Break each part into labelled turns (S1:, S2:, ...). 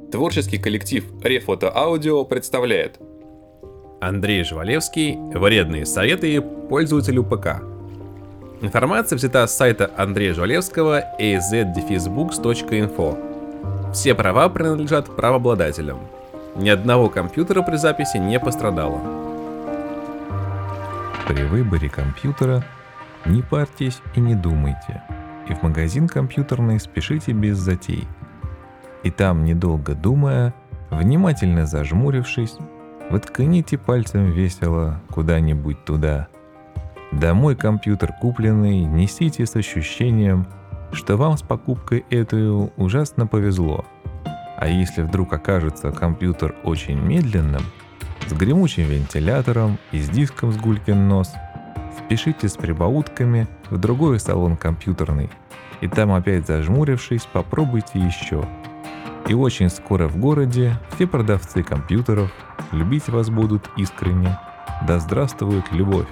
S1: Творческий коллектив Рефото Аудио представляет
S2: Андрей Жвалевский. Вредные советы пользователю ПК. Информация взята с сайта Андрея Жвалевского az-books.info. Все права принадлежат правообладателям. Ни одного компьютера при записи не пострадало.
S3: При выборе компьютера не парьтесь и не думайте. И в магазин компьютерный спешите без затей. И там, недолго думая, внимательно зажмурившись, вы ткните пальцем весело куда-нибудь туда. Домой компьютер купленный несите с ощущением, что вам с покупкой этой ужасно повезло. А если вдруг окажется компьютер очень медленным, с гремучим вентилятором и с диском с гулькин нос, спешите с прибаутками в другой салон компьютерный, и там опять зажмурившись, попробуйте еще. И очень скоро в городе все продавцы компьютеров любить вас будут искренне. Да здравствует любовь!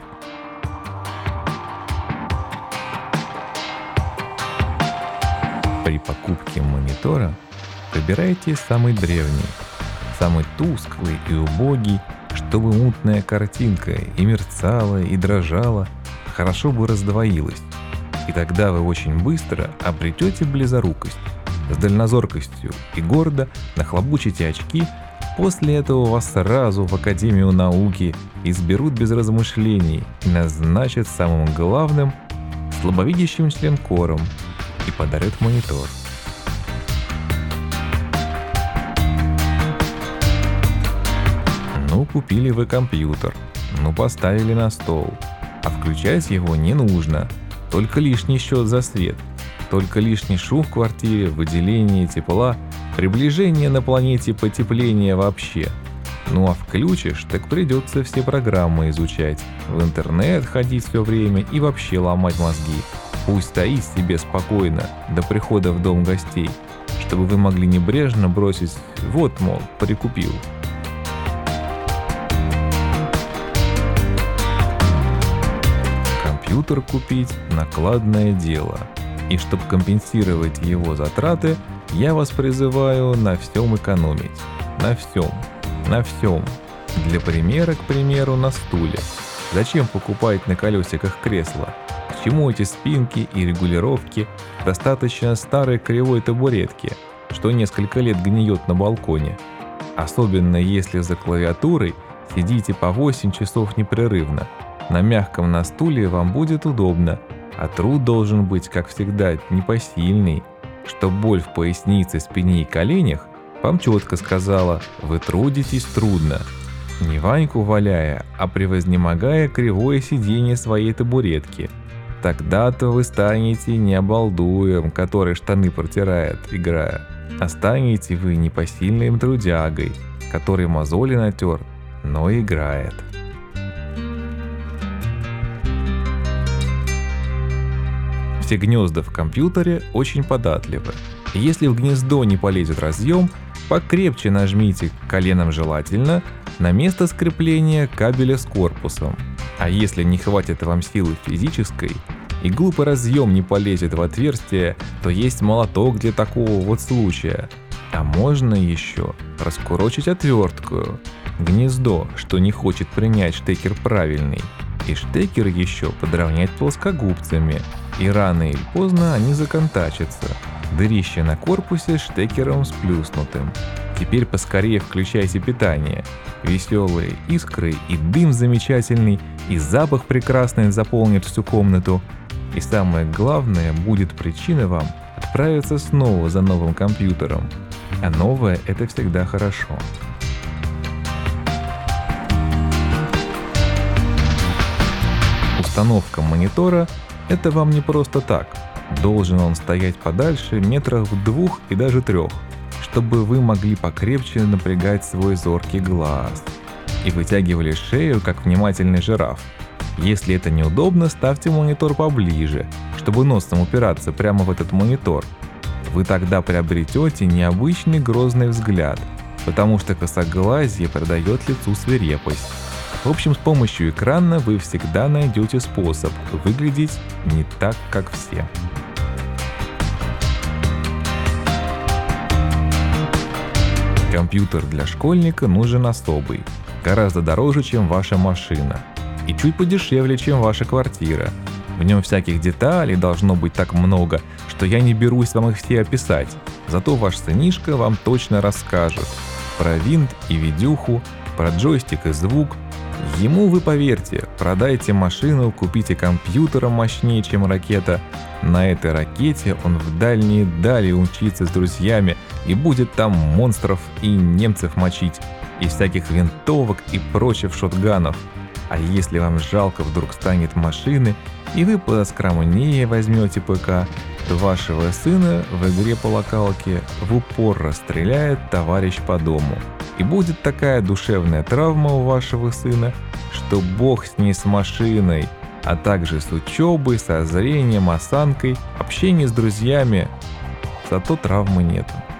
S3: При покупке монитора выбирайте самый древний, самый тусклый и убогий, чтобы мутная картинка и мерцала, и дрожала, хорошо бы раздвоилась. И тогда вы очень быстро обретете близорукость, с дальнозоркостью и гордо нахлобучите очки. После этого вас сразу в Академию науки изберут без размышлений и назначат самым главным слабовидящим членкором и подарят монитор. Ну, купили вы компьютер, ну, поставили на стол, а включать его не нужно, только лишний счет за свет, только лишний шум в квартире, выделение тепла, приближение на планете потепления вообще. Ну а включишь, так придется все программы изучать, в интернет ходить все время и вообще ломать мозги. Пусть стоит себе спокойно до прихода в дом гостей, чтобы вы могли небрежно бросить «вот, мол, прикупил». Компьютер купить – накладное дело. И чтобы компенсировать его затраты, я вас призываю на всем экономить. На всем. На всем. Для примера, к примеру, на стуле. Зачем покупать на колесиках кресло? К чему эти спинки и регулировки? Достаточно старой кривой табуретки, что несколько лет гниет на балконе. Особенно если за клавиатурой сидите по 8 часов непрерывно. На мягком на стуле вам будет удобно, а труд должен быть, как всегда, непосильный, чтоб боль в пояснице, спине и коленях вам четко сказала: вы трудитесь трудно, не Ваньку валяя, а превознемогая кривое сиденье своей табуретки. Тогда-то вы станете не обалдуем, который штаны протирает, играя, а станете вы непосильным трудягой, который мозоли натер, но играет. Все гнезда в компьютере очень податливы. Если в гнездо не полезет разъем, покрепче нажмите коленом желательно на место скрепления кабеля с корпусом. А если не хватит вам силы физической и глупый разъем не полезет в отверстие, то есть молоток для такого вот случая. А можно еще раскурочить отверткую. Гнездо, что не хочет принять штекер правильный. И штекер еще подровнять плоскогубцами. И рано или поздно они законтачатся. Дырище на корпусе штекером сплюснутым. Теперь поскорее включайте питание. Веселые искры и дым замечательный, и запах прекрасный заполнит всю комнату. И самое главное, будет причина вам отправиться снова за новым компьютером. А новое — это всегда хорошо. Установка монитора — это вам не просто так. Должен он стоять подальше метрах в 2 и даже 3, чтобы вы могли покрепче напрягать свой зоркий глаз и вытягивали шею, как внимательный жираф. Если это неудобно, ставьте монитор поближе, чтобы носом упираться прямо в этот монитор. Вы тогда приобретете необычный грозный взгляд, потому что косоглазие придает лицу свирепость. В общем, с помощью экрана вы всегда найдете способ выглядеть не так, как все. Компьютер для школьника нужен особый, гораздо дороже, чем ваша машина, и чуть подешевле, чем ваша квартира. В нем всяких деталей должно быть так много, что я не берусь вам их все описать. Зато ваш сынишка вам точно расскажет про винт и видюху, про джойстик и звук. Ему вы поверьте, продайте машину, купите компьютер мощнее, чем ракета. На этой ракете он в дальние дали учиться с друзьями и будет там монстров и немцев мочить, и всяких винтовок и прочих шотганов. А если вам жалко вдруг станет машины, и вы поскромнее возьмете ПК, то вашего сына в игре по локалке в упор расстреляет товарищ по дому. И будет такая душевная травма у вашего сына, что бог с ней с машиной, а также с учебой, со зрением, осанкой, общением с друзьями. Зато травмы нету.